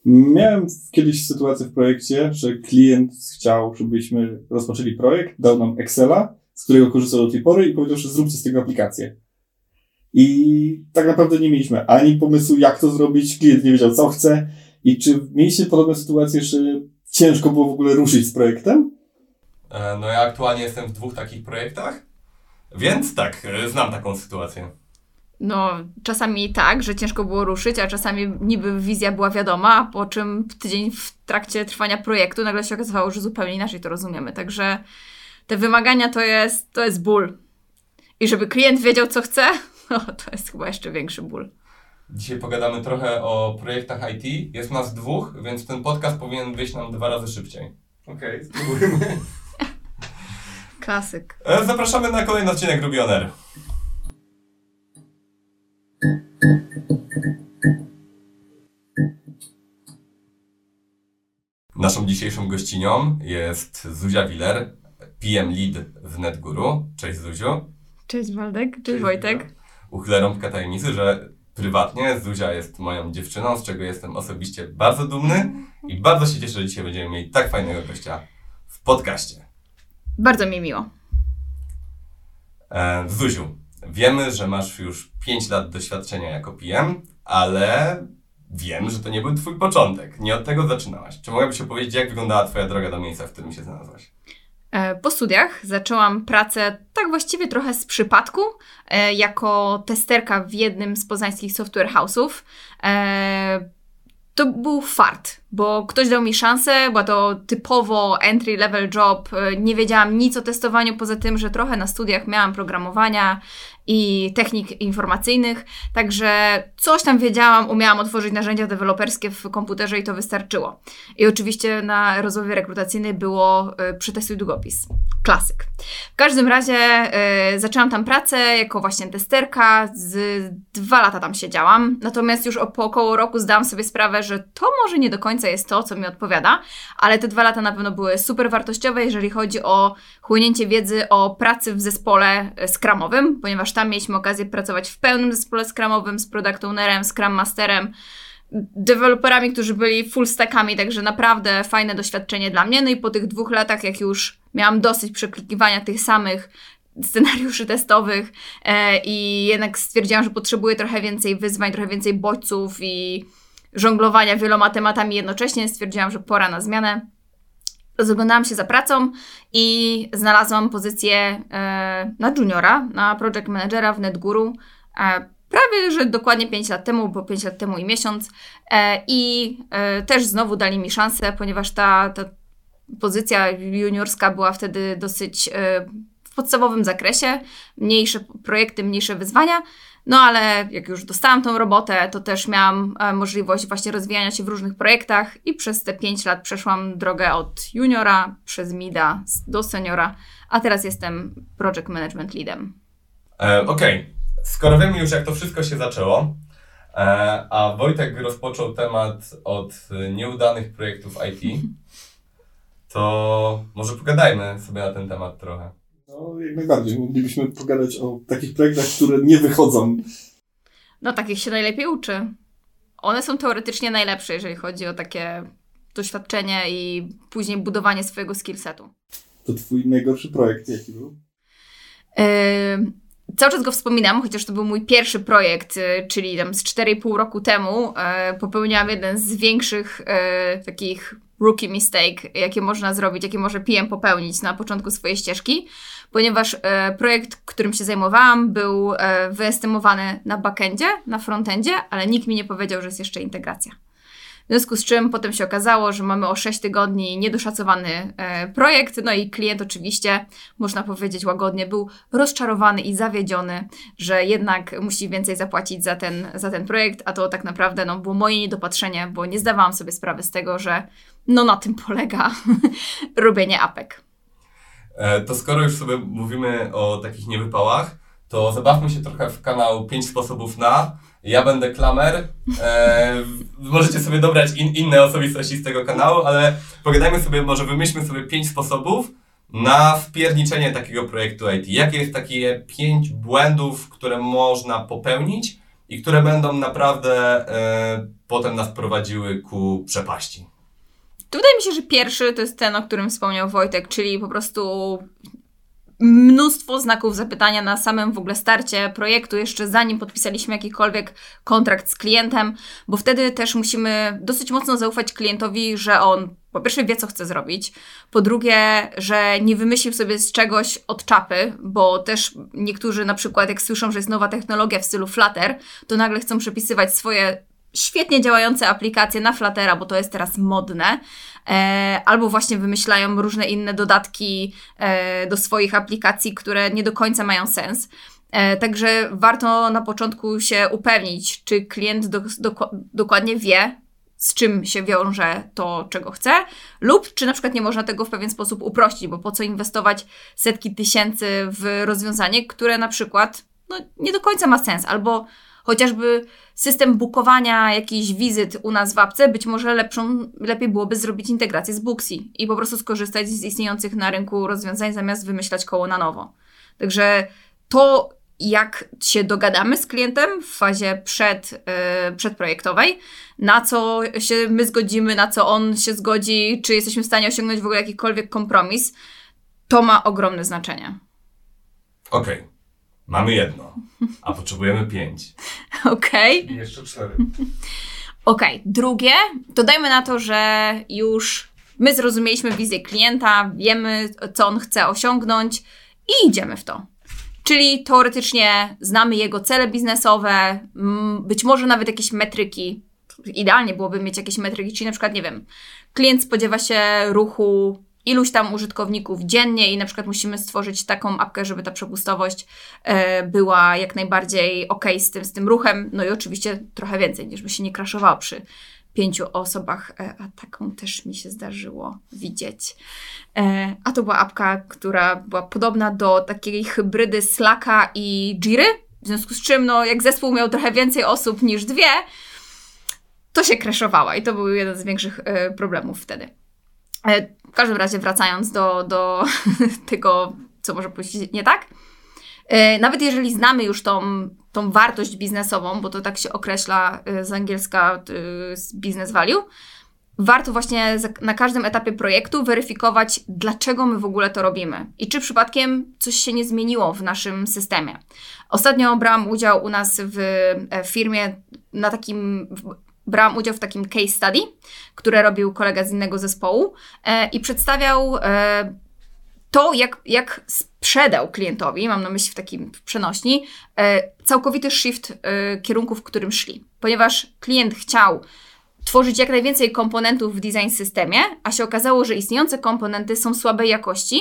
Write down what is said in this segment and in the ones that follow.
Miałem kiedyś sytuację w projekcie, że klient chciał, żebyśmy rozpoczęli projekt, dał nam Excela, z którego korzystał do tej pory i powiedział, że zróbcie z tego aplikację. I tak naprawdę nie mieliśmy ani pomysłu, jak to zrobić, klient nie wiedział, co chce. I czy mieliście podobne sytuacje, że ciężko było w ogóle ruszyć z projektem? No ja aktualnie jestem w 2 takich projektach, więc tak, znam taką sytuację. No, czasami tak, że ciężko było ruszyć, a czasami niby wizja była wiadoma, po czym tydzień w trakcie trwania projektu nagle się okazywało, że zupełnie inaczej to rozumiemy. Także te wymagania to jest ból. I żeby klient wiedział, co chce, no, to jest chyba jeszcze większy ból. Dzisiaj pogadamy trochę o projektach IT. Jest nas 2, więc ten podcast powinien wyjść nam 2 razy szybciej. Okej, spróbujmy. Klasyk. Zapraszamy na kolejny odcinek Ruby On Air. Naszą dzisiejszą gościnią jest Zuzia Willer, PM Lead w NetGuru. Cześć Zuziu. Cześć Waldek, cześć Wojtek. Uchylę rąbkę tajemnicy, że prywatnie Zuzia jest moją dziewczyną, z czego jestem osobiście bardzo dumny i bardzo się cieszę, że dzisiaj będziemy mieli tak fajnego gościa w podcaście. Bardzo mi miło. Zuziu, wiemy, że masz już 5 lat doświadczenia jako PM, ale wiem, że to nie był twój początek. Nie od tego zaczynałaś. Czy mogłabyś opowiedzieć, jak wyglądała twoja droga do miejsca, w którym się znalazłaś? Po studiach zaczęłam pracę tak właściwie trochę z przypadku, jako testerka w jednym z poznańskich software house'ów. To był fart, bo ktoś dał mi szansę, była to typowo entry level job, nie wiedziałam nic o testowaniu, poza tym, że trochę na studiach miałam programowania i technik informacyjnych, także coś tam wiedziałam, umiałam otworzyć narzędzia deweloperskie w komputerze i to wystarczyło. I oczywiście na rozmowie rekrutacyjnej było przetestuj długopis. Klasyk. W każdym razie zaczęłam tam pracę jako właśnie testerka, 2 lata tam siedziałam, natomiast już po około roku zdałam sobie sprawę, że to może nie do końca jest to, co mi odpowiada, ale te 2 lata na pewno były super wartościowe, jeżeli chodzi o chłonięcie wiedzy o pracy w zespole scrumowym, ponieważ tam mieliśmy okazję pracować w pełnym zespole scrumowym z product ownerem, scrum masterem, deweloperami, którzy byli full stackami, także naprawdę fajne doświadczenie dla mnie. No i po tych 2 latach, jak już miałam dosyć przeklikiwania tych samych scenariuszy testowych i jednak stwierdziłam, że potrzebuję trochę więcej wyzwań, trochę więcej bodźców i żonglowania wieloma tematami jednocześnie, stwierdziłam, że pora na zmianę. Rozglądałam się za pracą i znalazłam pozycję na juniora, na project managera w NetGuru. Prawie, że dokładnie 5 lat temu, bo 5 lat temu i miesiąc. I też znowu dali mi szansę, ponieważ ta pozycja juniorska była wtedy dosyć w podstawowym zakresie. Mniejsze projekty, mniejsze wyzwania. No ale jak już dostałam tą robotę, to też miałam możliwość właśnie rozwijania się w różnych projektach i przez te 5 lat przeszłam drogę od juniora przez mida do seniora, a teraz jestem project management leadem. Okej. Skoro wiemy już, jak to wszystko się zaczęło, a Wojtek rozpoczął temat od nieudanych projektów IT, to może pogadajmy sobie na ten temat trochę. No, jak najbardziej. Moglibyśmy pogadać o takich projektach, które nie wychodzą. No, takich się najlepiej uczy. One są teoretycznie najlepsze, jeżeli chodzi o takie doświadczenie i później budowanie swojego skillsetu. To twój najgorszy projekt jaki był? Cały czas go wspominam, chociaż to był mój pierwszy projekt, czyli tam z 4,5 roku temu popełniłam jeden z większych takich rookie mistake, jakie można zrobić, jakie może PM popełnić na początku swojej ścieżki, ponieważ projekt, którym się zajmowałam, był wyestymowany na backendzie, na frontendzie, ale nikt mi nie powiedział, że jest jeszcze integracja. W związku z czym potem się okazało, że mamy o 6 tygodni niedoszacowany projekt, no i klient oczywiście, można powiedzieć łagodnie, był rozczarowany i zawiedziony, że jednak musi więcej zapłacić za ten projekt, a to tak naprawdę było moje niedopatrzenie, bo nie zdawałam sobie sprawy z tego, że na tym polega robienie apek. To skoro już sobie mówimy o takich niewypałach, to zabawmy się trochę w kanał 5 sposobów na. Ja będę klamer. Możecie sobie dobrać inne osobistości z tego kanału, ale pogadajmy sobie, może wymyślmy sobie 5 sposobów na wpierniczenie takiego projektu IT. Jakie jest takie 5 błędów, które można popełnić, i które będą naprawdę potem nas prowadziły ku przepaści? Wydaje mi się, że pierwszy to jest ten, o którym wspomniał Wojtek, czyli po prostu mnóstwo znaków zapytania na samym w ogóle starcie projektu, jeszcze zanim podpisaliśmy jakikolwiek kontrakt z klientem, bo wtedy też musimy dosyć mocno zaufać klientowi, że on po pierwsze wie, co chce zrobić, po drugie, że nie wymyślił sobie z czegoś od czapy, bo też niektórzy na przykład jak słyszą, że jest nowa technologia w stylu Flutter, to nagle chcą przepisywać swoje świetnie działające aplikacje na Fluttera, bo to jest teraz modne, albo właśnie wymyślają różne inne dodatki do swoich aplikacji, które nie do końca mają sens. Także warto na początku się upewnić, czy klient dokładnie wie, z czym się wiąże to, czego chce, lub czy na przykład nie można tego w pewien sposób uprościć, bo po co inwestować setki tysięcy w rozwiązanie, które na przykład nie do końca ma sens, albo chociażby system bookowania jakichś wizyt u nas w apce, być może lepiej byłoby zrobić integrację z Booksy i po prostu skorzystać z istniejących na rynku rozwiązań, zamiast wymyślać koło na nowo. Także to, jak się dogadamy z klientem w fazie przedprojektowej, na co się my zgodzimy, na co on się zgodzi, czy jesteśmy w stanie osiągnąć w ogóle jakikolwiek kompromis, to ma ogromne znaczenie. Okej. Mamy 1, a potrzebujemy 5. Okej. I jeszcze 4. Okej. Drugie, to dajmy na to, że już my zrozumieliśmy wizję klienta, wiemy, co on chce osiągnąć i idziemy w to. Czyli teoretycznie znamy jego cele biznesowe, być może nawet jakieś metryki. Idealnie byłoby mieć jakieś metryki, czyli na przykład, nie wiem, klient spodziewa się ruchu iluś tam użytkowników dziennie i na przykład musimy stworzyć taką apkę, żeby ta przepustowość była jak najbardziej okej z tym ruchem. No i oczywiście trochę więcej, niż by się nie crashowało przy 5 osobach, a taką też mi się zdarzyło widzieć. A to była apka, która była podobna do takiej hybrydy Slacka i Jiry, w związku z czym, jak zespół miał trochę więcej osób niż 2, to się crashowała i to był jeden z większych problemów wtedy. W każdym razie wracając do tego, co może pójść nie tak, nawet jeżeli znamy już tą wartość biznesową, bo to tak się określa z angielska business value, warto właśnie na każdym etapie projektu weryfikować, dlaczego my w ogóle to robimy i czy przypadkiem coś się nie zmieniło w naszym systemie. Ostatnio brałam udział u nas w firmie brałam udział w takim case study, które robił kolega z innego zespołu i przedstawiał to, jak sprzedał klientowi, mam na myśli w przenośni, całkowity shift kierunku, w którym szli. Ponieważ klient chciał tworzyć jak najwięcej komponentów w design systemie, a się okazało, że istniejące komponenty są słabej jakości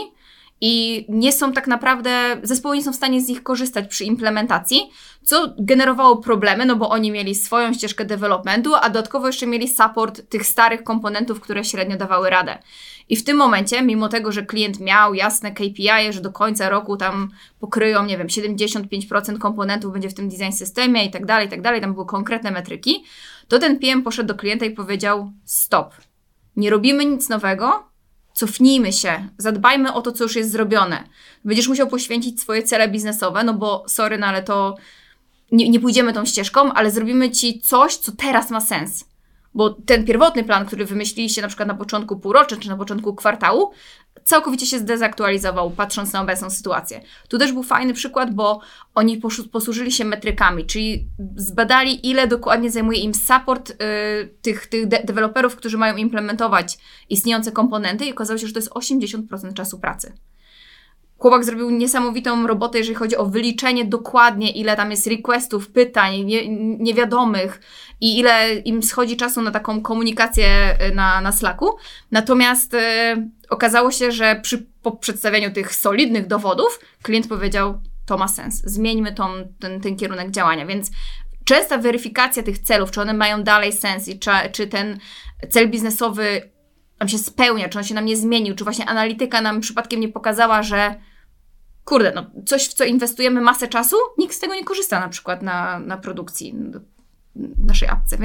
i nie są tak naprawdę, zespoły nie są w stanie z nich korzystać przy implementacji, co generowało problemy, bo oni mieli swoją ścieżkę developmentu, a dodatkowo jeszcze mieli support tych starych komponentów, które średnio dawały radę. I w tym momencie, mimo tego, że klient miał jasne KPI, że do końca roku tam pokryją, 75% komponentów będzie w tym design systemie i tak dalej, tam były konkretne metryki, to ten PM poszedł do klienta i powiedział: stop, nie robimy nic nowego, cofnijmy się, zadbajmy o to, co już jest zrobione. Będziesz musiał poświęcić swoje cele biznesowe, bo sorry, ale to nie pójdziemy tą ścieżką, ale zrobimy Ci coś, co teraz ma sens. Bo ten pierwotny plan, który wymyśliliście na przykład na początku półrocza czy na początku kwartału, całkowicie się zdezaktualizował, patrząc na obecną sytuację. Tu też był fajny przykład, bo oni posłużyli się metrykami, czyli zbadali, ile dokładnie zajmuje im support tych deweloperów, którzy mają implementować istniejące komponenty i okazało się, że to jest 80% czasu pracy. Chłopak zrobił niesamowitą robotę, jeżeli chodzi o wyliczenie dokładnie, ile tam jest requestów, pytań, niewiadomych i ile im schodzi czasu na taką komunikację na Slacku. Natomiast okazało się, że po przedstawieniu tych solidnych dowodów klient powiedział: to ma sens, zmieńmy ten kierunek działania. Więc częsta weryfikacja tych celów, czy one mają dalej sens i czy ten cel biznesowy nam się spełnia, czy on się nam nie zmienił, czy właśnie analityka nam przypadkiem nie pokazała, że kurde, coś, w co inwestujemy masę czasu, nikt z tego nie korzysta na przykład na produkcji naszej apce.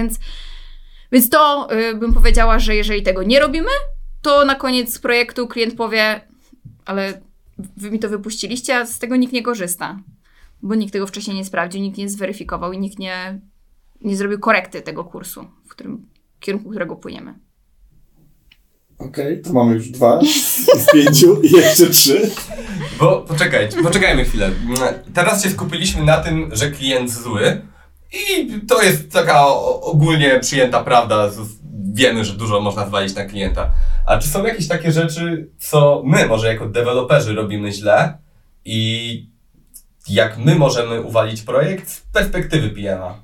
Więc to bym powiedziała, że jeżeli tego nie robimy, to na koniec projektu klient powie: ale wy mi to wypuściliście, a z tego nikt nie korzysta. bo nikt tego wcześniej nie sprawdził, nikt nie zweryfikował i nikt nie zrobił korekty tego kursu, w kierunku którego płyniemy. Okej, to mamy już 2 z 5 i jeszcze 3. Bo poczekajmy chwilę. Teraz się skupiliśmy na tym, że klient zły i to jest taka ogólnie przyjęta prawda. Wiemy, że dużo można zwalić na klienta. A czy są jakieś takie rzeczy, co my może jako deweloperzy robimy źle i jak my możemy uwalić projekt z perspektywy PM-a?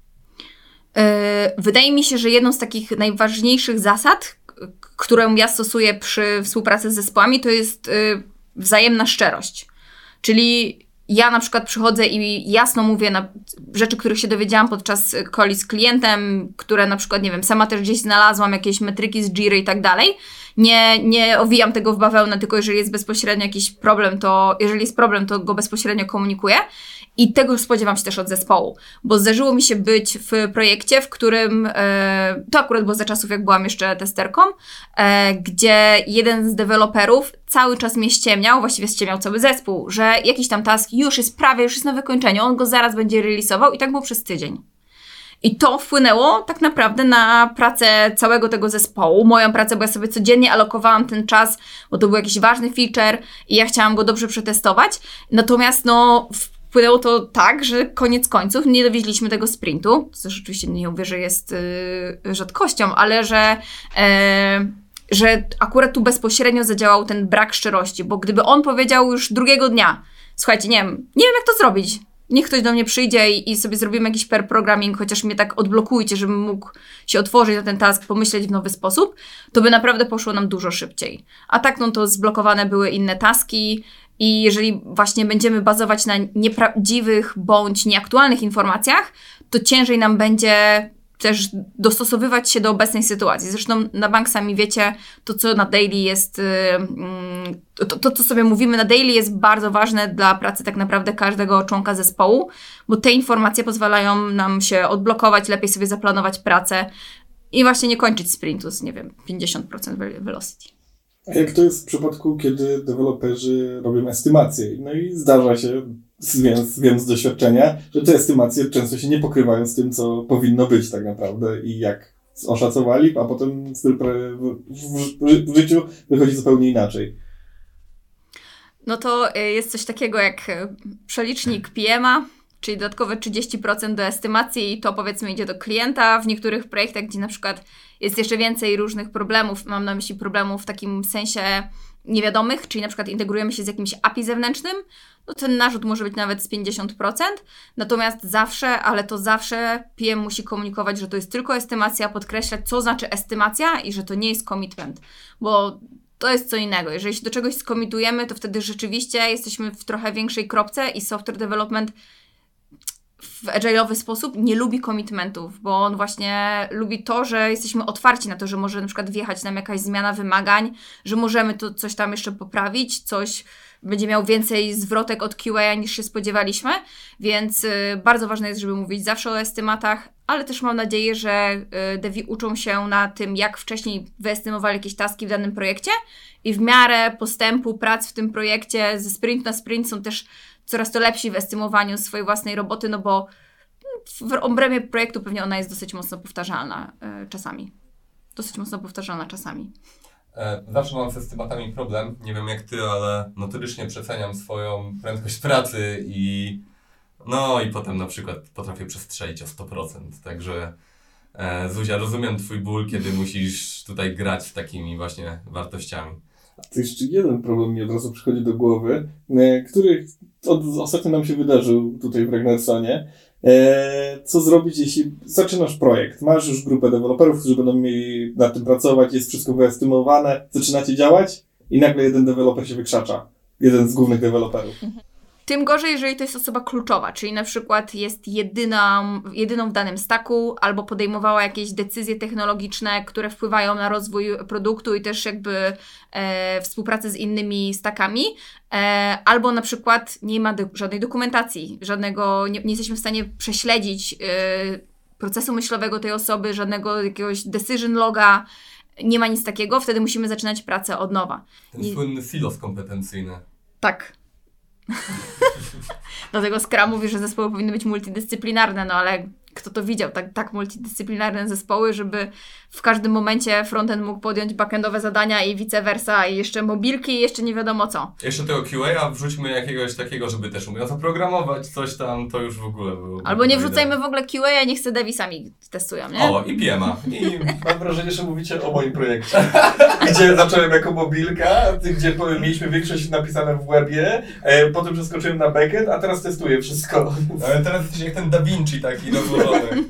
Wydaje mi się, że jedną z takich najważniejszych zasad, którą ja stosuję przy współpracy z zespołami, to jest wzajemna szczerość. Czyli ja na przykład przychodzę i jasno mówię na rzeczy, których się dowiedziałam podczas coli z klientem, które na przykład, nie wiem, sama też gdzieś znalazłam, jakieś metryki z Jiry i tak dalej. Nie owijam tego w bawełnę, tylko jeżeli jest bezpośrednio jakiś problem, to go bezpośrednio komunikuję. I tego spodziewam się też od zespołu, bo zdarzyło mi się być w projekcie, w którym, to akurat było za czasów, jak byłam jeszcze testerką, gdzie jeden z deweloperów cały czas mnie ściemniał, właściwie ściemniał cały zespół, że jakiś tam task już jest na wykończeniu, on go zaraz będzie releasował i tak było przez tydzień. I to wpłynęło tak naprawdę na pracę całego tego zespołu, moją pracę, bo ja sobie codziennie alokowałam ten czas, bo to był jakiś ważny feature i ja chciałam go dobrze przetestować. Natomiast wpłynęło to tak, że koniec końców nie dowieźliśmy tego sprintu, co też oczywiście nie mówię, że jest rzadkością, ale że akurat tu bezpośrednio zadziałał ten brak szczerości, bo gdyby on powiedział już drugiego dnia, słuchajcie, nie wiem jak to zrobić, niech ktoś do mnie przyjdzie i sobie zrobimy jakiś pair programming, chociaż mnie tak odblokujcie, żebym mógł się otworzyć na ten task, pomyśleć w nowy sposób, to by naprawdę poszło nam dużo szybciej. A tak to zblokowane były inne taski i jeżeli właśnie będziemy bazować na nieprawdziwych bądź nieaktualnych informacjach, to ciężej nam będzie też dostosowywać się do obecnej sytuacji. Zresztą na bank sami wiecie, to co na daily jest, to co sobie mówimy na daily jest bardzo ważne dla pracy tak naprawdę każdego członka zespołu, bo te informacje pozwalają nam się odblokować, lepiej sobie zaplanować pracę i właśnie nie kończyć sprintu z, 50% velocity. A jak to jest w przypadku, kiedy deweloperzy robią estymacje? No i zdarza się, wiem z doświadczenia, że te estymacje często się nie pokrywają z tym, co powinno być tak naprawdę i jak oszacowali, a potem w życiu wychodzi zupełnie inaczej. No to jest coś takiego jak przelicznik PM-a, czyli dodatkowe 30% do estymacji i to powiedzmy idzie do klienta. W niektórych projektach, gdzie na przykład jest jeszcze więcej różnych problemów, mam na myśli problemów w takim sensie niewiadomych, czyli na przykład integrujemy się z jakimś API zewnętrznym, no ten narzut może być nawet z 50%, natomiast zawsze PM musi komunikować, że to jest tylko estymacja, podkreślać, co znaczy estymacja i że to nie jest commitment, bo to jest co innego. Jeżeli się do czegoś skomitujemy, to wtedy rzeczywiście jesteśmy w trochę większej kropce i software development w agile'owy sposób nie lubi commitmentów, bo on właśnie lubi to, że jesteśmy otwarci na to, że może na przykład wjechać nam jakaś zmiana wymagań, że możemy to coś tam jeszcze poprawić, coś będzie miał więcej zwrotek od QA niż się spodziewaliśmy, więc bardzo ważne jest, żeby mówić zawsze o estymatach, ale też mam nadzieję, że devi uczą się na tym, jak wcześniej wyestymowali jakieś taski w danym projekcie i w miarę postępu prac w tym projekcie ze sprint na sprint są też coraz to lepsi w estymowaniu swojej własnej roboty, no bo w obrębie projektu pewnie ona jest dosyć mocno powtarzalna czasami. Zawsze mam z estymatami problem. Nie wiem jak ty, ale notorycznie przeceniam swoją prędkość pracy i potem na przykład potrafię przestrzelić o 100%. Także Zuzia, rozumiem twój ból, kiedy musisz tutaj grać z takimi właśnie wartościami. To jeszcze jeden problem mi od razu przychodzi do głowy, który ostatnio nam się wydarzył tutaj w Ragnarssonie. Co zrobić, jeśli zaczynasz projekt, masz już grupę deweloperów, którzy będą mieli nad tym pracować, jest wszystko wyestymowane, zaczynacie działać i nagle jeden deweloper się wykrzacza. Jeden z głównych deweloperów. Tym gorzej, jeżeli to jest osoba kluczowa, czyli na przykład jest jedyną w danym stacku albo podejmowała jakieś decyzje technologiczne, które wpływają na rozwój produktu i też jakby współpracę z innymi stackami, albo na przykład nie ma żadnej dokumentacji, nie jesteśmy w stanie prześledzić procesu myślowego tej osoby, żadnego jakiegoś decision loga, nie ma nic takiego, wtedy musimy zaczynać pracę od nowa. Ten słynny silos kompetencyjny. Tak. Dlatego Scrum mówi, że zespoły powinny być multidyscyplinarne, no ale kto to widział, tak multidyscyplinarne zespoły, żeby w każdym momencie frontend mógł podjąć backendowe zadania i vice versa, i jeszcze mobilki i jeszcze nie wiadomo co. Jeszcze tego QA wrzućmy jakiegoś takiego, żeby też umiał zaprogramować coś tam, to już w ogóle było. Albo nie wrzucajmy w ogóle QA, niech se devi sami testują, nie? O, i PM'a. I mam wrażenie, że mówicie o moim projekcie, gdzie zacząłem jako mobilka, gdzie mieliśmy większość napisane w webie, potem przeskoczyłem na backend, a teraz testuję wszystko. Ale teraz jesteś jak ten Da Vinci taki rozłożony.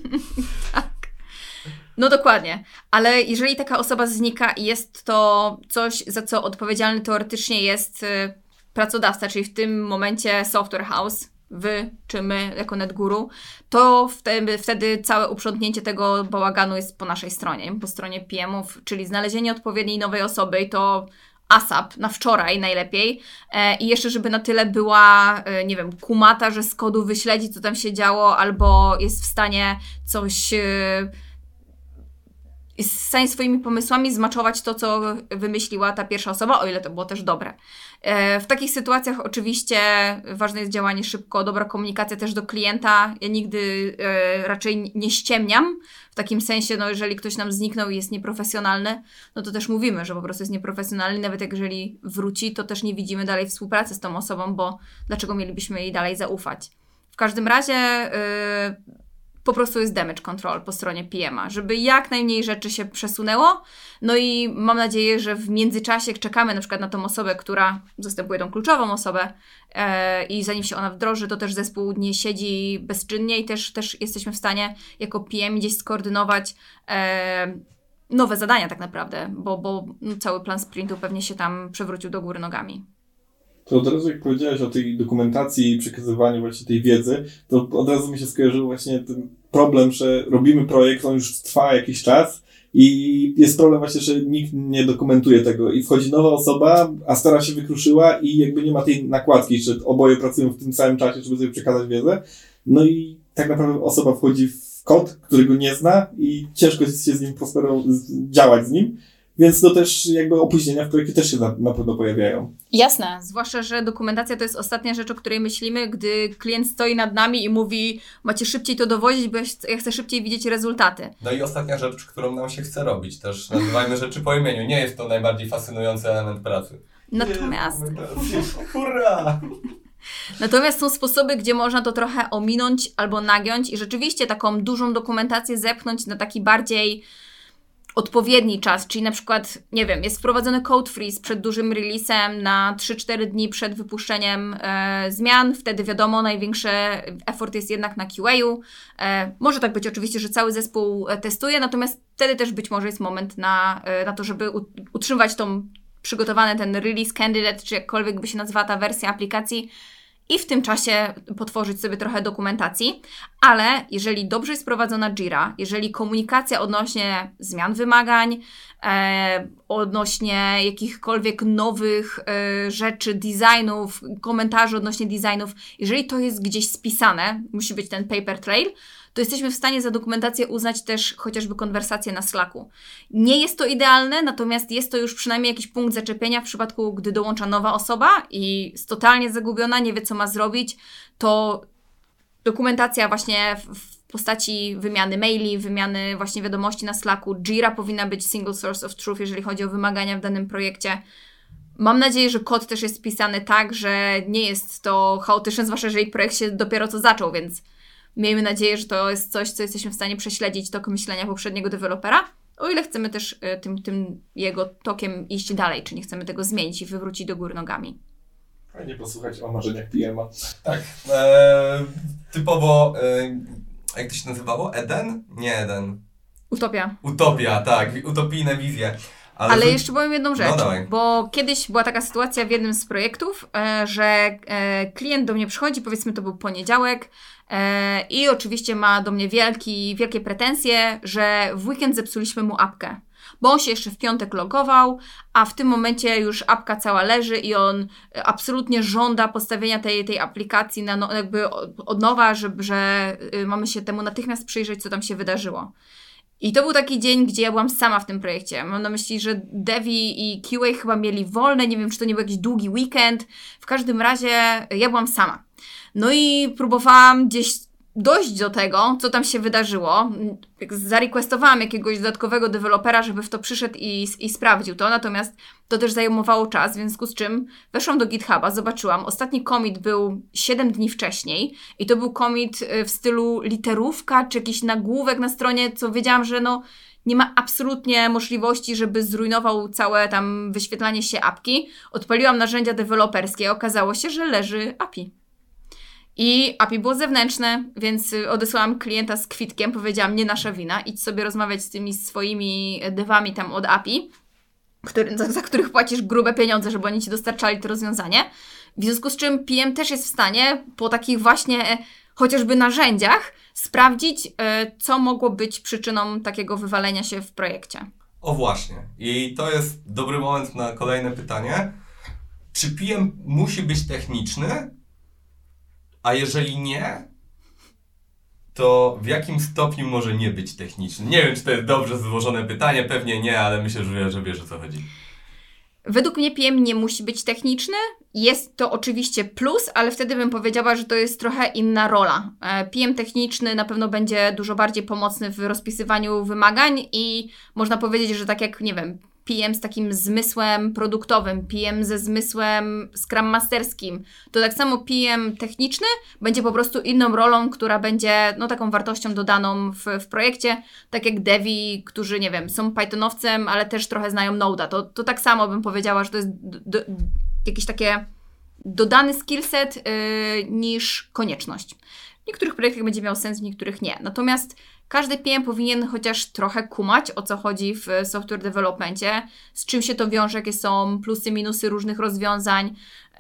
No dokładnie, ale jeżeli taka osoba znika i jest to coś, za co odpowiedzialny teoretycznie jest pracodawca, czyli w tym momencie software house, wy czy my jako NetGuru, to wtedy całe uprzątnięcie tego bałaganu jest po naszej stronie, po stronie PM-ów, czyli znalezienie odpowiedniej nowej osoby i to ASAP, na wczoraj najlepiej. I jeszcze, żeby na tyle była, nie wiem, kumata, że z kodu wyśledzi, co tam się działo, albo jest w stanie coś... jest w stanie swoimi pomysłami zmaczować to, co wymyśliła ta pierwsza osoba, o ile to było też dobre. W takich sytuacjach oczywiście ważne jest działanie szybko, dobra komunikacja też do klienta. Ja nigdy raczej nie ściemniam, w takim sensie, no jeżeli ktoś nam zniknął i jest nieprofesjonalny, no to też mówimy, że po prostu jest nieprofesjonalny, nawet jeżeli wróci, to też nie widzimy dalej współpracy z tą osobą, bo dlaczego mielibyśmy jej dalej zaufać? W każdym razie... po prostu jest damage control po stronie PM-a, żeby jak najmniej rzeczy się przesunęło. No i mam nadzieję, że w międzyczasie czekamy na przykład na tą osobę, która zastępuje tą kluczową osobę i zanim się ona wdroży, to też zespół nie siedzi bezczynnie i też jesteśmy w stanie jako PM gdzieś skoordynować nowe zadania tak naprawdę, bo cały plan sprintu pewnie się tam przewrócił do góry nogami. To od razu jak powiedziałeś o tej dokumentacji i przekazywaniu właśnie tej wiedzy, to od razu mi się skojarzył właśnie ten problem, że robimy projekt, on już trwa jakiś czas i jest problem właśnie, że nikt nie dokumentuje tego i wchodzi nowa osoba, a stara się wykruszyła i jakby nie ma tej nakładki, że oboje pracują w tym samym czasie, żeby sobie przekazać wiedzę. No i tak naprawdę osoba wchodzi w kod, którego nie zna i ciężko jest się z nim działać z nim. Więc to też jakby opóźnienia w projekcie też się na pewno pojawiają. Jasne, zwłaszcza, że dokumentacja to jest ostatnia rzecz, o której myślimy, gdy klient stoi nad nami i mówi, macie szybciej to dowozić, bo ja chcę szybciej widzieć rezultaty. No i ostatnia rzecz, którą nam się chce robić, też nazywajmy rzeczy po imieniu. Nie jest to najbardziej fascynujący element pracy. Hurra! Natomiast są sposoby, gdzie można to trochę ominąć albo nagiąć i rzeczywiście taką dużą dokumentację zepchnąć na taki bardziej odpowiedni czas, czyli na przykład, nie wiem, jest wprowadzony code freeze przed dużym releasem na 3-4 dni przed wypuszczeniem zmian, wtedy wiadomo, największy effort jest jednak na QA-u. Może tak być oczywiście, że cały zespół testuje, natomiast wtedy też być może jest moment na to, żeby utrzymywać przygotowany ten release candidate, czy jakkolwiek by się nazywała ta wersja aplikacji, i w tym czasie potworzyć sobie trochę dokumentacji, ale jeżeli dobrze jest prowadzona Jira, jeżeli komunikacja odnośnie zmian wymagań, odnośnie jakichkolwiek nowych rzeczy, designów, komentarzy odnośnie designów, jeżeli to jest gdzieś spisane, musi być ten paper trail, to jesteśmy w stanie za dokumentację uznać też chociażby konwersację na Slacku. Nie jest to idealne, natomiast jest to już przynajmniej jakiś punkt zaczepienia w przypadku, gdy dołącza nowa osoba i jest totalnie zagubiona, nie wie co ma zrobić, to dokumentacja właśnie w postaci wymiany maili, wymiany właśnie wiadomości na Slacku. Jira powinna być single source of truth, jeżeli chodzi o wymagania w danym projekcie. Mam nadzieję, że kod też jest spisany tak, że nie jest to chaotyczne, zwłaszcza jeżeli projekt się dopiero co zaczął, więc miejmy nadzieję, że to jest coś, co jesteśmy w stanie prześledzić tok myślenia poprzedniego dewelopera, o ile chcemy też tym jego tokiem iść dalej, czy nie chcemy tego zmienić i wywrócić do góry nogami. Fajnie posłuchać o marzeniach PM-a. Tak. Typowo, jak to się nazywało? Eden? Nie Eden. Utopia. Utopia, tak. Utopijne wizje. Ale jeszcze powiem jedną rzecz, No, bo kiedyś była taka sytuacja w jednym z projektów, że klient do mnie przychodzi, powiedzmy to był poniedziałek, i oczywiście ma do mnie wielkie pretensje, że w weekend zepsuliśmy mu apkę. Bo on się jeszcze w piątek logował, a w tym momencie już apka cała leży i on absolutnie żąda postawienia tej aplikacji jakby od nowa, że mamy się temu natychmiast przyjrzeć, co tam się wydarzyło. I to był taki dzień, gdzie ja byłam sama w tym projekcie. Mam na myśli, że Devi i QA chyba mieli wolne, nie wiem, czy to nie był jakiś długi weekend. W każdym razie ja byłam sama. No i próbowałam gdzieś dojść do tego, co tam się wydarzyło. Zarequestowałam jakiegoś dodatkowego dewelopera, żeby w to przyszedł i sprawdził to, natomiast to też zajmowało czas, w związku z czym weszłam do GitHuba, zobaczyłam, ostatni commit był 7 dni wcześniej i to był commit w stylu literówka, czy jakiś nagłówek na stronie, co wiedziałam, że nie ma absolutnie możliwości, żeby zrujnował całe tam wyświetlanie się apki. Odpaliłam narzędzia deweloperskie, okazało się, że leży API. I API było zewnętrzne, więc odesłałam klienta z kwitkiem, powiedziałam, nie nasza wina, idź sobie rozmawiać z tymi swoimi devami tam od API, za których płacisz grube pieniądze, żeby oni ci dostarczali to rozwiązanie. W związku z czym PM też jest w stanie po takich właśnie chociażby narzędziach sprawdzić, co mogło być przyczyną takiego wywalenia się w projekcie. O właśnie. I to jest dobry moment na kolejne pytanie. Czy PM musi być techniczny? A jeżeli nie, to w jakim stopniu może nie być techniczny? Nie wiem, czy to jest dobrze złożone pytanie, pewnie nie, ale myślę, że wiesz, o co chodzi. Według mnie PM nie musi być techniczny. Jest to oczywiście plus, ale wtedy bym powiedziała, że to jest trochę inna rola. PM techniczny na pewno będzie dużo bardziej pomocny w rozpisywaniu wymagań i można powiedzieć, że tak jak, nie wiem, PM z takim zmysłem produktowym, PM ze zmysłem Scrum Masterskim, to tak samo PM techniczny będzie po prostu inną rolą, która będzie taką wartością dodaną w projekcie, tak jak devi, którzy, nie wiem, są Pythonowcem, ale też trochę znają Node'a. To tak samo bym powiedziała, że to jest jakiś takie dodany skillset niż konieczność. W niektórych projektach będzie miał sens, w niektórych nie. Natomiast każdy PM powinien chociaż trochę kumać, o co chodzi w software developmencie, z czym się to wiąże, jakie są plusy, minusy różnych rozwiązań,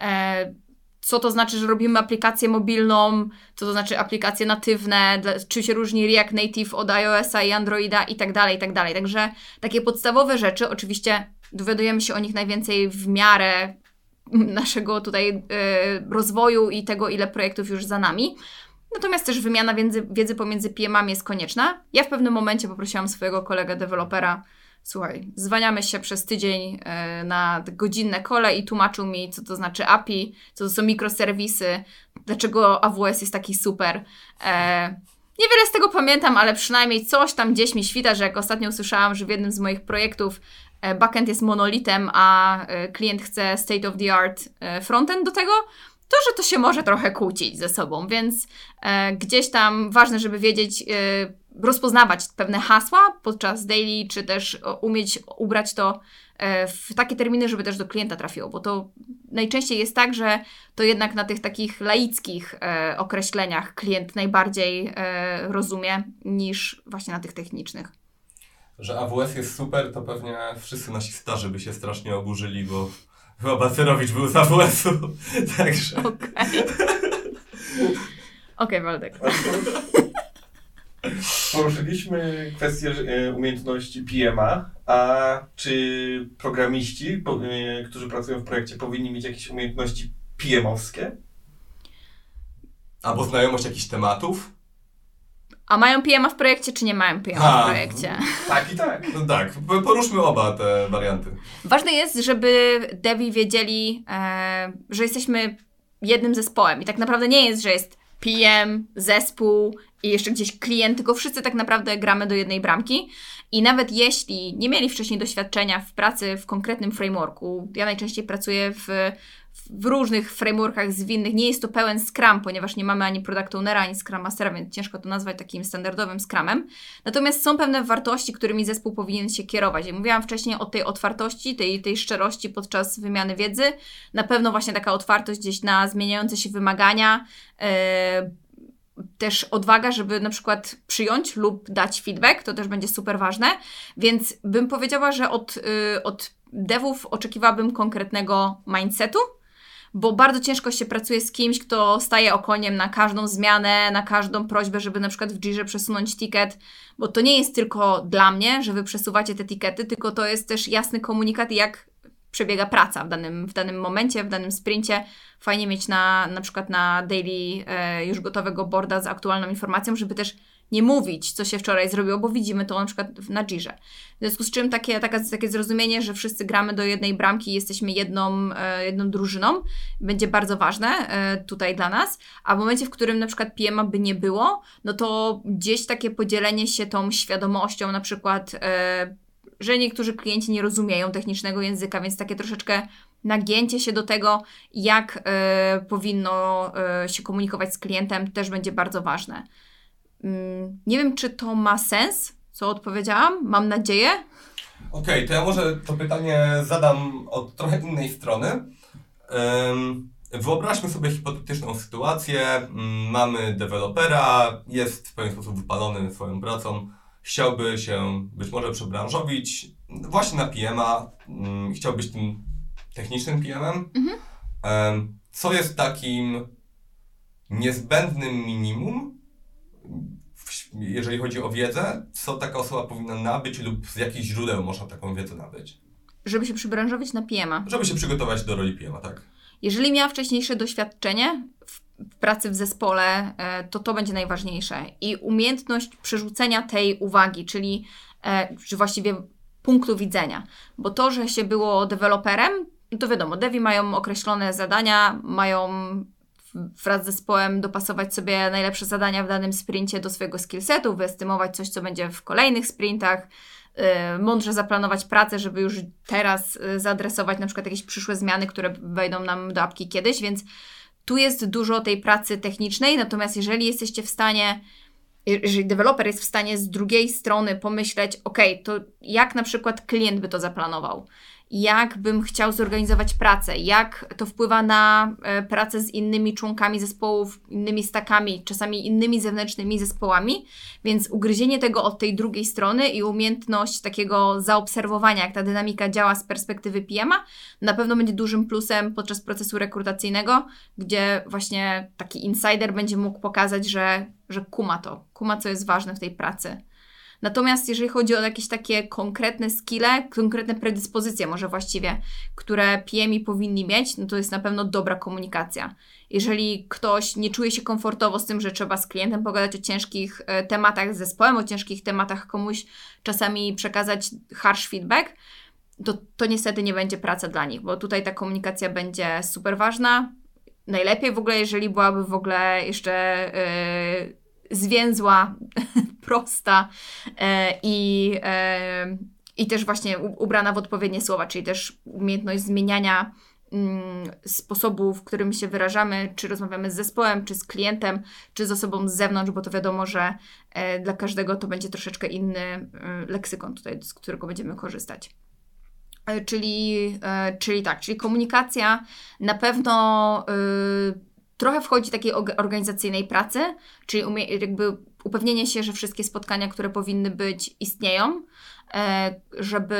co to znaczy, że robimy aplikację mobilną, co to znaczy aplikacje natywne, czym się różni React Native od iOS-a i Androida i tak dalej, i tak dalej. Także takie podstawowe rzeczy, oczywiście dowiadujemy się o nich najwięcej w miarę naszego tutaj rozwoju i tego, ile projektów już za nami. Natomiast też wymiana wiedzy pomiędzy PM-ami jest konieczna. Ja w pewnym momencie poprosiłam swojego kolegę dewelopera, słuchaj, zwaniamy się przez tydzień na godzinne call i tłumaczył mi, co to znaczy API, co to są mikroserwisy, dlaczego AWS jest taki super. Niewiele z tego pamiętam, ale przynajmniej coś tam gdzieś mi świta, że jak ostatnio usłyszałam, że w jednym z moich projektów backend jest monolitem, a klient chce state of the art frontend do tego, to, że to się może trochę kłócić ze sobą, więc gdzieś tam ważne, żeby wiedzieć, rozpoznawać pewne hasła podczas daily, czy też umieć ubrać to w takie terminy, żeby też do klienta trafiło, bo to najczęściej jest tak, że to jednak na tych takich laickich określeniach klient najbardziej rozumie niż właśnie na tych technicznych. Że AWS jest super, to pewnie wszyscy nasi starzy by się strasznie oburzyli, bo chyba Balcerowicz był z AWS-u, także... Okej, Waldek. Poruszyliśmy kwestię umiejętności PM-a, a czy programiści, którzy pracują w projekcie, powinni mieć jakieś umiejętności PM-owskie? Albo znajomość jakichś tematów? A mają PM-a w projekcie, czy nie mają PM-a w projekcie? Tak i tak. No tak, poruszmy oba te warianty. Ważne jest, żeby devi wiedzieli, że jesteśmy jednym zespołem i tak naprawdę nie jest, że jest PM, zespół i jeszcze gdzieś klient, tylko wszyscy tak naprawdę gramy do jednej bramki i nawet jeśli nie mieli wcześniej doświadczenia w pracy w konkretnym frameworku, ja najczęściej pracuję w różnych frameworkach zwinnych, nie jest to pełen Scrum, ponieważ nie mamy ani Product Ownera, ani Scrum Mastera, więc ciężko to nazwać takim standardowym Scrumem. Natomiast są pewne wartości, którymi zespół powinien się kierować. Ja mówiłam wcześniej o tej otwartości, tej szczerości podczas wymiany wiedzy. Na pewno właśnie taka otwartość gdzieś na zmieniające się wymagania, też odwaga, żeby na przykład przyjąć lub dać feedback, to też będzie super ważne, więc bym powiedziała, że od devów oczekiwałabym konkretnego mindsetu, bo bardzo ciężko się pracuje z kimś, kto staje okoniem na każdą zmianę, na każdą prośbę, żeby na przykład w Jirze przesunąć ticket, bo to nie jest tylko dla mnie, że wy przesuwacie te tikety, tylko to jest też jasny komunikat, jak przebiega praca w danym momencie, w danym sprincie. Fajnie mieć na przykład na daily już gotowego boarda z aktualną informacją, żeby też nie mówić, co się wczoraj zrobiło, bo widzimy to na przykład na Jirze. W związku z czym takie zrozumienie, że wszyscy gramy do jednej bramki i jesteśmy jedną drużyną, będzie bardzo ważne tutaj dla nas, a w momencie, w którym na przykład PM-a by nie było, no to gdzieś takie podzielenie się tą świadomością, na przykład, że niektórzy klienci nie rozumieją technicznego języka, więc takie troszeczkę nagięcie się do tego, jak powinno się komunikować z klientem, też będzie bardzo ważne. Nie wiem, czy to ma sens, co odpowiedziałam. Mam nadzieję. Okej, to ja może to pytanie zadam od trochę innej strony. Wyobraźmy sobie hipotetyczną sytuację. Mamy dewelopera, jest w pewien sposób wypalony swoją pracą, chciałby się być może przebranżowić właśnie na PM-a, chciał być tym technicznym PM-em. Co jest takim niezbędnym minimum, jeżeli chodzi o wiedzę, co taka osoba powinna nabyć lub z jakich źródeł można taką wiedzę nabyć? Żeby się przybranżowić na PM-a. Żeby się przygotować do roli PM-a, tak. Jeżeli miała wcześniejsze doświadczenie w pracy w zespole, to będzie najważniejsze. I umiejętność przerzucenia tej uwagi, czyli czy właściwie punktu widzenia. Bo to, że się było deweloperem, to wiadomo, devi mają określone zadania, mają wraz z zespołem dopasować sobie najlepsze zadania w danym sprincie do swojego skillsetu, wyestymować coś, co będzie w kolejnych sprintach, mądrze zaplanować pracę, żeby już teraz zaadresować na przykład jakieś przyszłe zmiany, które wejdą nam do apki kiedyś, więc tu jest dużo tej pracy technicznej, natomiast jeżeli deweloper jest w stanie z drugiej strony pomyśleć, to jak na przykład klient by to zaplanował, jak bym chciał zorganizować pracę, jak to wpływa na pracę z innymi członkami zespołów, innymi stackami, czasami innymi zewnętrznymi zespołami, więc ugryzienie tego od tej drugiej strony i umiejętność takiego zaobserwowania, jak ta dynamika działa z perspektywy PM-a, na pewno będzie dużym plusem podczas procesu rekrutacyjnego, gdzie właśnie taki insider będzie mógł pokazać, że kuma, co jest ważne w tej pracy. Natomiast jeżeli chodzi o jakieś takie konkretne skille, konkretne predyspozycje może właściwie, które PM-i powinni mieć, no to jest na pewno dobra komunikacja. Jeżeli ktoś nie czuje się komfortowo z tym, że trzeba z klientem pogadać o ciężkich tematach z zespołem, o ciężkich tematach komuś czasami przekazać harsh feedback, to niestety nie będzie praca dla nich, bo tutaj ta komunikacja będzie super ważna. Najlepiej w ogóle, jeżeli byłaby w ogóle jeszcze zwięzła, prosta i też właśnie ubrana w odpowiednie słowa, czyli też umiejętność zmieniania sposobu, w którym się wyrażamy, czy rozmawiamy z zespołem, czy z klientem, czy z osobą z zewnątrz, bo to wiadomo, że dla każdego to będzie troszeczkę inny leksykon tutaj, z którego będziemy korzystać. Czyli komunikacja na pewno trochę wchodzi takiej organizacyjnej pracy, czyli jakby upewnienie się, że wszystkie spotkania, które powinny być, istnieją, żeby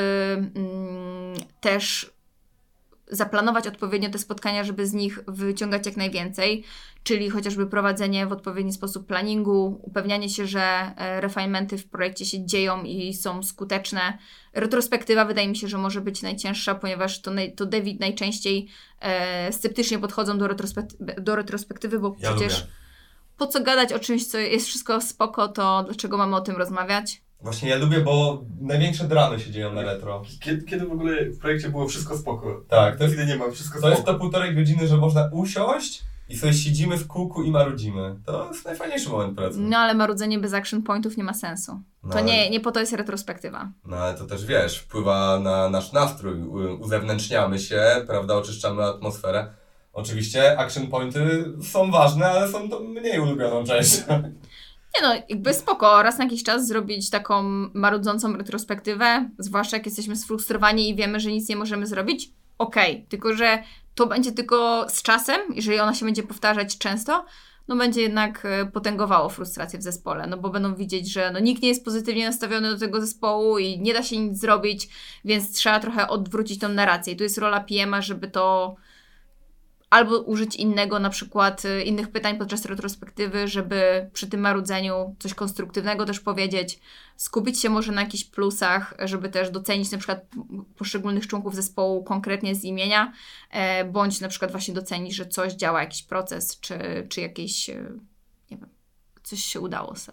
też zaplanować odpowiednio te spotkania, żeby z nich wyciągać jak najwięcej, czyli chociażby prowadzenie w odpowiedni sposób planningu, upewnianie się, że refinementy w projekcie się dzieją i są skuteczne. Retrospektywa wydaje mi się, że może być najcięższa, ponieważ to devi najczęściej sceptycznie podchodzą do retrospektywy, bo przecież po co gadać o czymś, co jest wszystko spoko, to dlaczego mamy o tym rozmawiać? Właśnie ja lubię, bo największe dramy się dzieją na retro. Kiedy w ogóle w projekcie było wszystko spoko? Tak, Kiedy nie ma wszystko to spoko. jest to 1,5 godziny, że można usiąść i sobie siedzimy w kółku i marudzimy. To jest najfajniejszy moment pracy. No ale marudzenie bez action pointów nie ma sensu. To nie po to jest retrospektywa. No ale to też wiesz, wpływa na nasz nastrój, uzewnętrzniamy się, prawda, oczyszczamy atmosferę. Oczywiście action pointy są ważne, ale są to mniej ulubioną częścią. Nie no, jakby spoko, raz na jakiś czas zrobić taką marudzącą retrospektywę, zwłaszcza jak jesteśmy sfrustrowani i wiemy, że nic nie możemy zrobić, okej. Tylko że to będzie tylko z czasem, jeżeli ona się będzie powtarzać często, no będzie jednak potęgowało frustrację w zespole, no bo będą widzieć, że no nikt nie jest pozytywnie nastawiony do tego zespołu i nie da się nic zrobić, więc trzeba trochę odwrócić tą narrację. I tu jest rola PM-a, żeby to albo użyć na przykład innych pytań podczas retrospektywy, żeby przy tym marudzeniu coś konstruktywnego też powiedzieć, skupić się może na jakichś plusach, żeby też docenić na przykład poszczególnych członków zespołu konkretnie z imienia, bądź na przykład właśnie docenić, że coś działa, jakiś proces, czy jakieś, nie wiem, coś się udało ostatnio.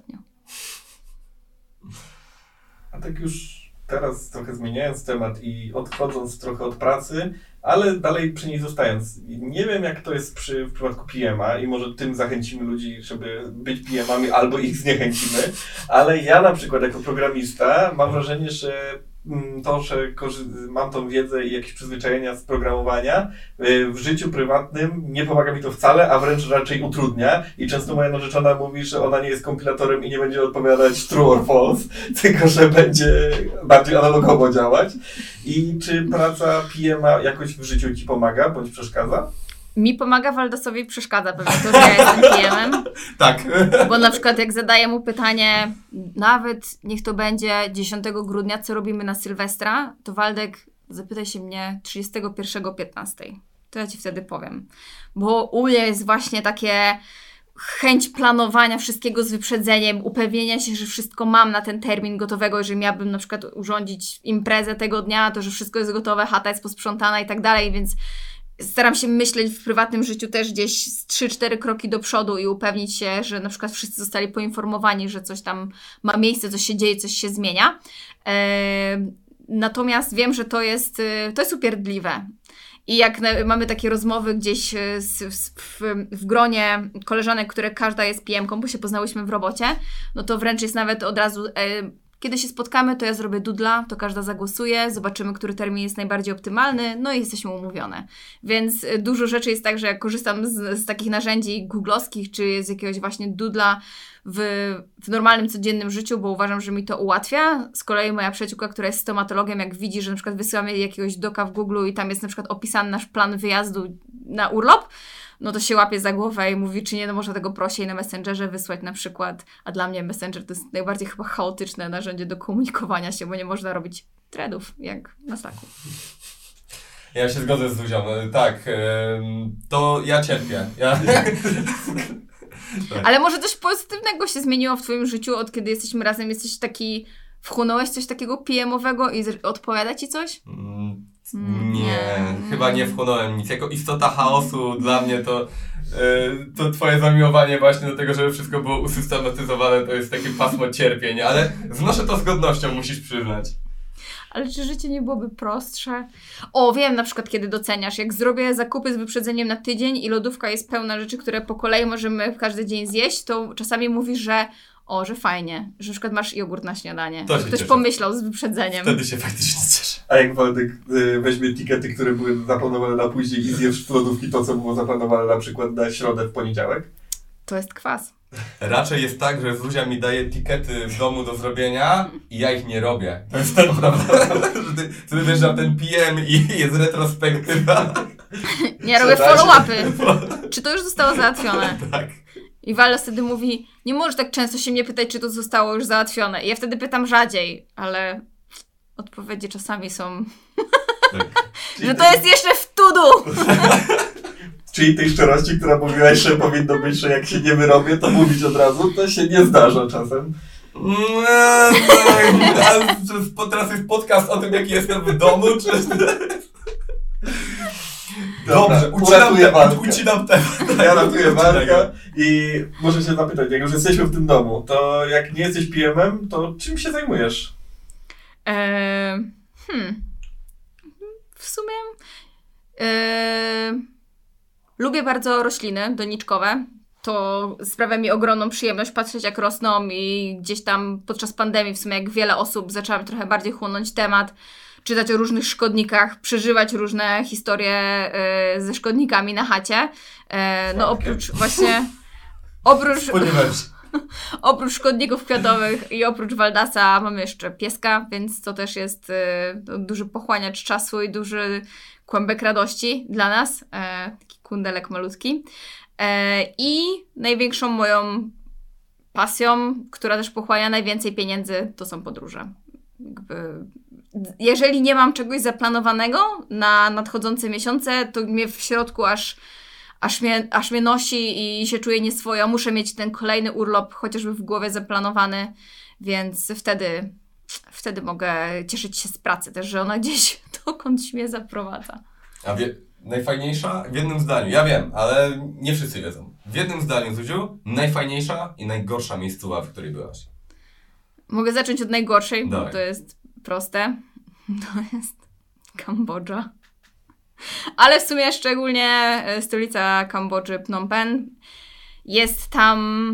A tak już teraz trochę zmieniając temat i odchodząc trochę od pracy, ale dalej przy niej zostając. Nie wiem, jak to jest w przypadku PM-a i może tym zachęcimy ludzi, żeby być PM-ami albo ich zniechęcimy, ale ja na przykład jako programista mam wrażenie, że to, że mam tą wiedzę i jakieś przyzwyczajenia z programowania, w życiu prywatnym nie pomaga mi to wcale, a wręcz raczej utrudnia. I często moja narzeczona mówi, że ona nie jest kompilatorem i nie będzie odpowiadać true or false, tylko że będzie bardziej analogowo działać. I czy praca PM-a jakoś w życiu ci pomaga bądź przeszkadza? Mi pomaga, Waldasowi przeszkadza pewnie to, że ja jestem PM-em. Tak. Bo na przykład jak zadaję mu pytanie, nawet niech to będzie 10 grudnia, co robimy na Sylwestra, to Waldek, zapytaj się mnie 31.15. To ja ci wtedy powiem. Bo u mnie jest właśnie takie chęć planowania wszystkiego z wyprzedzeniem, upewnienia się, że wszystko mam na ten termin gotowego, że miałabym na przykład urządzić imprezę tego dnia, to że wszystko jest gotowe, chata jest posprzątana i tak dalej, więc staram się myśleć w prywatnym życiu też gdzieś z 3-4 kroki do przodu i upewnić się, że na przykład wszyscy zostali poinformowani, że coś tam ma miejsce, coś się dzieje, coś się zmienia. Natomiast wiem, że to jest upierdliwe. I jak mamy takie rozmowy gdzieś w gronie koleżanek, które każda jest PM-ką, bo się poznałyśmy w robocie, no to wręcz jest nawet od razu... Kiedy się spotkamy, to ja zrobię doodla, to każda zagłosuje, zobaczymy, który termin jest najbardziej optymalny, no i jesteśmy umówione. Więc dużo rzeczy jest tak, że jak korzystam z takich narzędzi googlowskich, czy z jakiegoś właśnie doodla w normalnym, codziennym życiu, bo uważam, że mi to ułatwia. Z kolei moja przyjaciółka, która jest stomatologiem, jak widzi, że na przykład wysyłamy jakiegoś doka w Google i tam jest na przykład opisany nasz plan wyjazdu na urlop, no to się łapie za głowę i mówi, czy nie, no można tego prościej na Messengerze wysłać na przykład, a dla mnie Messenger to jest najbardziej chyba chaotyczne narzędzie do komunikowania się, bo nie można robić threadów, jak na Slacku. Ja się zgodzę z Zuzią, tak, to ja cierpię. Tak. Ale może coś pozytywnego się zmieniło w twoim życiu, od kiedy jesteśmy razem, jesteś taki, wchłonąłeś coś takiego PM-owego i odpowiada ci coś? Nie, chyba nie wchłonąłem nic. Jako istota chaosu dla mnie to twoje zamiłowanie właśnie do tego, żeby wszystko było usystematyzowane, to jest takie pasmo cierpień, ale znoszę to z godnością, musisz przyznać. Ale czy życie nie byłoby prostsze? O, wiem na przykład, kiedy doceniasz. Jak zrobię zakupy z wyprzedzeniem na tydzień i lodówka jest pełna rzeczy, które po kolei możemy w każdy dzień zjeść, to czasami mówisz, że fajnie, że na przykład masz jogurt na śniadanie. To ktoś pomyślał z wyprzedzeniem. Wtedy się faktycznie cieszę. A jak Waldek weźmie tikety, które były zaplanowane na później i zjesz w lodówki to, co było zaplanowane na przykład na środę w poniedziałek? To jest kwas. Raczej jest tak, że Zuzia mi daje tikety w domu do zrobienia i ja ich nie robię. To jest ten prawda. Wtedy wiesz, że ten PM i jest retrospektywa. Nie, robię follow-upy. Czy to już zostało załatwione? Tak. I Wala wtedy mówi, nie możesz tak często się mnie pytać, czy to zostało już załatwione. I ja wtedy pytam rzadziej, ale odpowiedzi czasami są, Tak. że to jest jeszcze w to-do. Czyli tej szczerości, która mówiłaś, że powinno być, że jak się nie wyrobię, to mówić od razu, to się nie zdarza czasem. Teraz jest podcast o tym, jaki jestem w domu, czy... Dobrze, ucinam temat. Ja ratuję walkę i muszę się zapytać, jak już jesteśmy w tym domu, to jak nie jesteś PM-em, to czym się zajmujesz? W sumie lubię bardzo rośliny doniczkowe. To sprawia mi ogromną przyjemność patrzeć, jak rosną i gdzieś tam podczas pandemii w sumie jak wiele osób zaczęłam trochę bardziej chłonąć temat, czytać o różnych szkodnikach, przeżywać różne historie ze szkodnikami na chacie. No oprócz właśnie... Oprócz szkodników kwiatowych i oprócz Waldasa mamy jeszcze pieska, więc to też jest duży pochłaniacz czasu i duży kłębek radości dla nas. Taki kundelek malutki. I największą moją pasją, która też pochłania najwięcej pieniędzy, to są podróże. Jeżeli nie mam czegoś zaplanowanego na nadchodzące miesiące, to mnie w środku aż mnie nosi i się czuję nieswojo. Muszę mieć ten kolejny urlop chociażby w głowie zaplanowany, więc wtedy mogę cieszyć się z pracy też, że ona gdzieś dokądś mnie zaprowadza. A najfajniejsza w jednym zdaniu, ja wiem, ale nie wszyscy wiedzą. W jednym zdaniu, Zuziu, najfajniejsza i najgorsza miejscowa, w której byłaś. Mogę zacząć od najgorszej, bo Dawaj. to jest proste. To jest Kambodża. Ale w sumie szczególnie stolica Kambodży, Phnom Penh. Jest tam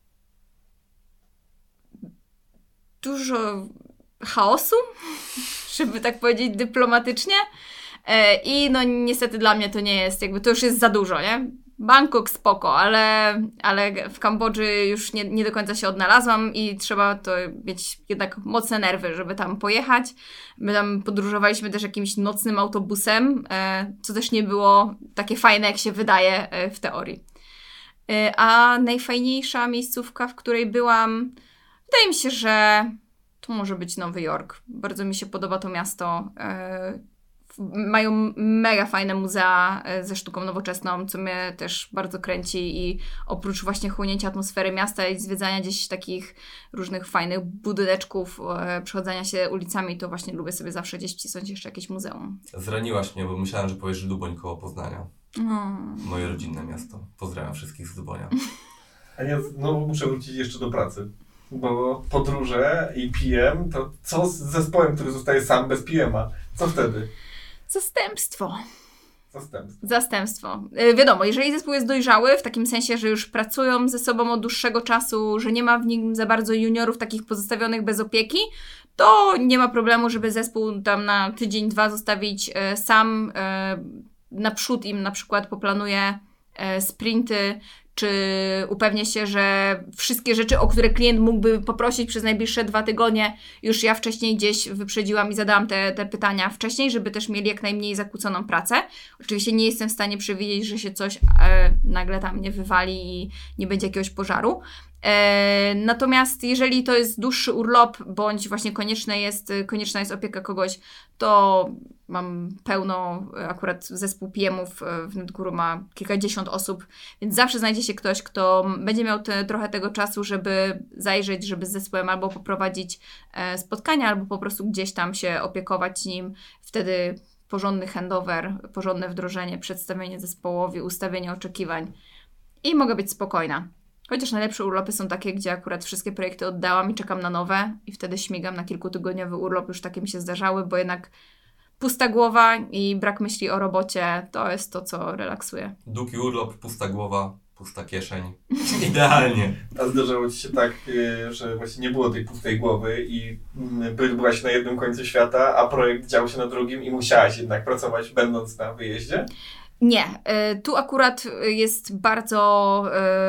dużo chaosu, żeby tak powiedzieć dyplomatycznie. I no niestety dla mnie to nie jest, jakby to już jest za dużo, nie? Bangkok spoko, ale w Kambodży już nie do końca się odnalazłam i trzeba to mieć jednak mocne nerwy, żeby tam pojechać. My tam podróżowaliśmy też jakimś nocnym autobusem, co też nie było takie fajne, jak się wydaje w teorii. A najfajniejsza miejscówka, w której byłam, wydaje mi się, że to może być Nowy Jork. Bardzo mi się podoba to miasto. Mają mega fajne muzea ze sztuką nowoczesną, co mnie też bardzo kręci i oprócz właśnie chłonięcia atmosfery miasta i zwiedzania gdzieś takich różnych fajnych budyneczków, przechodzenia się ulicami, to właśnie lubię sobie zawsze gdzieś wcisnąć jeszcze jakieś muzeum. Zraniłaś mnie, bo myślałem, że powiesz Luboń koło Poznania. Moje rodzinne miasto. Pozdrawiam wszystkich z Lubonia. A ja znowu muszę wrócić jeszcze do pracy. Bo podróże i PM, to co z zespołem, który zostaje sam bez PM-a? Co wtedy? Zastępstwo. Wiadomo, jeżeli zespół jest dojrzały, w takim sensie, że już pracują ze sobą od dłuższego czasu, że nie ma w nim za bardzo juniorów takich pozostawionych bez opieki, to nie ma problemu, żeby zespół tam na tydzień, 2 zostawić sam. Naprzód im na przykład poplanuje sprinty, czy upewnię się, że wszystkie rzeczy, o które klient mógłby poprosić przez najbliższe 2 tygodnie, już ja wcześniej gdzieś wyprzedziłam i zadałam te pytania wcześniej, żeby też mieli jak najmniej zakłóconą pracę. Oczywiście nie jestem w stanie przewidzieć, że się coś nagle tam nie wywali i nie będzie jakiegoś pożaru. Natomiast jeżeli to jest dłuższy urlop, bądź właśnie konieczna jest opieka kogoś, to mam pełno, akurat zespół PM-ów w NetGuru ma kilkadziesiąt osób, więc zawsze znajdzie się ktoś, kto będzie miał trochę tego czasu, żeby zajrzeć, żeby z zespołem albo poprowadzić spotkania, albo po prostu gdzieś tam się opiekować nim. Wtedy porządny handover, porządne wdrożenie, przedstawienie zespołowi, ustawienie oczekiwań i mogę być spokojna. Chociaż najlepsze urlopy są takie, gdzie akurat wszystkie projekty oddałam i czekam na nowe i wtedy śmigam na kilkutygodniowy urlop, już takie mi się zdarzały, bo jednak pusta głowa i brak myśli o robocie to jest to, co relaksuje. Długi urlop, pusta głowa, pusta kieszeń. Idealnie. A zdarzało Ci się tak, że właśnie nie było tej pustej głowy i byłaś na jednym końcu świata, a projekt dział się na drugim i musiałaś jednak pracować, będąc na wyjeździe? Nie. Tu akurat jest bardzo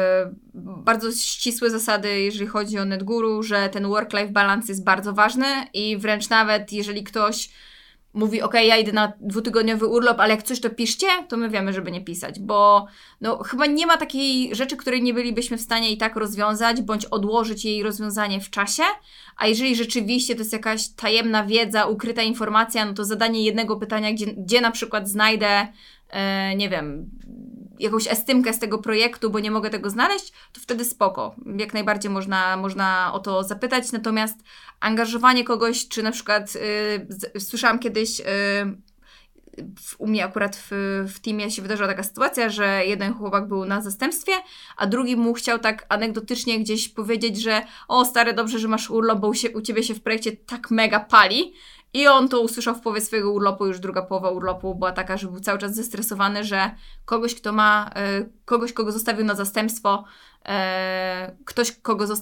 ścisłe zasady, jeżeli chodzi o NetGuru, że ten work-life balance jest bardzo ważny i wręcz nawet jeżeli ktoś mówi, ok, ja idę na 2-tygodniowy urlop, ale jak coś to piszcie, to my wiemy, żeby nie pisać, bo no, chyba nie ma takiej rzeczy, której nie bylibyśmy w stanie i tak rozwiązać, bądź odłożyć jej rozwiązanie w czasie, a jeżeli rzeczywiście to jest jakaś tajemna wiedza, ukryta informacja, no to zadanie jednego pytania, gdzie na przykład znajdę nie wiem, jakąś estymkę z tego projektu, bo nie mogę tego znaleźć, to wtedy spoko. Jak najbardziej można o to zapytać, natomiast angażowanie kogoś, czy na przykład słyszałam kiedyś u mnie akurat w teamie się wydarzyła taka sytuacja, że jeden chłopak był na zastępstwie, a drugi mu chciał tak anegdotycznie gdzieś powiedzieć, że o stary, dobrze, że masz urlop, bo u Ciebie się w projekcie tak mega pali. I on to usłyszał w połowie swojego urlopu, już druga połowa urlopu była taka, że był cały czas zestresowany, że kogoś, kogo zostawił na zastępstwo, ktoś,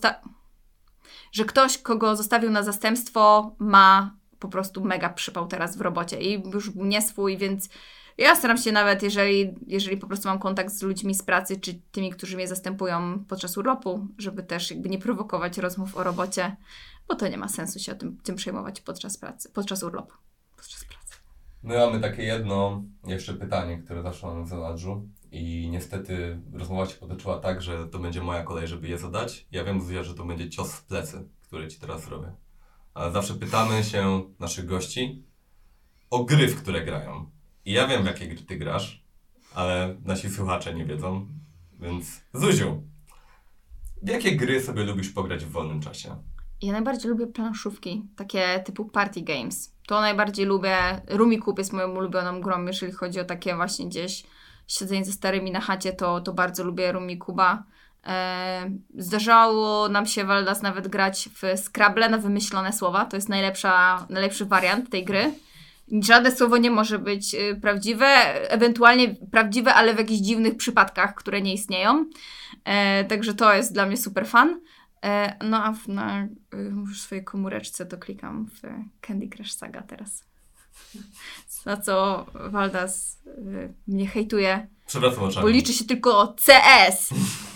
kogo zostawił na zastępstwo, ma po prostu mega przypał teraz w robocie i już był nieswój, więc ja staram się nawet, jeżeli po prostu mam kontakt z ludźmi z pracy, czy tymi, którzy mnie zastępują podczas urlopu, żeby też jakby nie prowokować rozmów o robocie, bo to nie ma sensu się tym przejmować podczas urlopu. My mamy takie jedno jeszcze pytanie, które zawsze mam w zanadrzu i niestety rozmowa się potoczyła tak, że to będzie moja kolej, żeby je zadać. Ja wiem, Zuzia, że to będzie cios w plecy, który Ci teraz robię. Ale zawsze pytamy się naszych gości o gry, w które grają. I ja wiem, w jakie gry Ty grasz, ale nasi słuchacze nie wiedzą, więc Zuziu, w jakie gry sobie lubisz pograć w wolnym czasie? Ja najbardziej lubię planszówki, takie typu party games. To najbardziej lubię. Rummikub jest moją ulubioną grą, jeżeli chodzi o takie właśnie gdzieś siedzenie ze starymi na chacie, to bardzo lubię Rummikuba. Zdarzało nam się, Waldas, nawet grać w Scrabble na wymyślone słowa. To jest najlepszy wariant tej gry. Żadne słowo nie może być prawdziwe, ewentualnie prawdziwe, ale w jakichś dziwnych przypadkach, które nie istnieją. Także to jest dla mnie super fan. No a na swojej komóreczce to klikam w Candy Crush Saga teraz. Za co Waldas mnie hejtuje. Przewracam oczami. Bo liczy się tylko CS.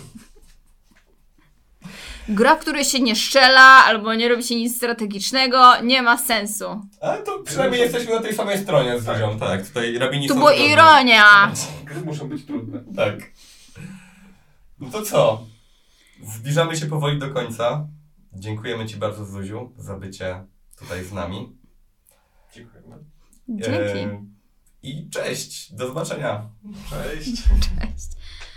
Gra, w której się nie strzela, albo nie robi się nic strategicznego, nie ma sensu. Ale to przynajmniej jesteśmy na tej samej stronie z Zuzią, tak. Tutaj rabini To są była zgodni. ironia. Gry muszą być trudne. Tak. No to co? Zbliżamy się powoli do końca. Dziękujemy Ci bardzo, Zuziu, za bycie tutaj z nami. Dziękujemy. Dzięki. I cześć. Do zobaczenia. Cześć. Cześć.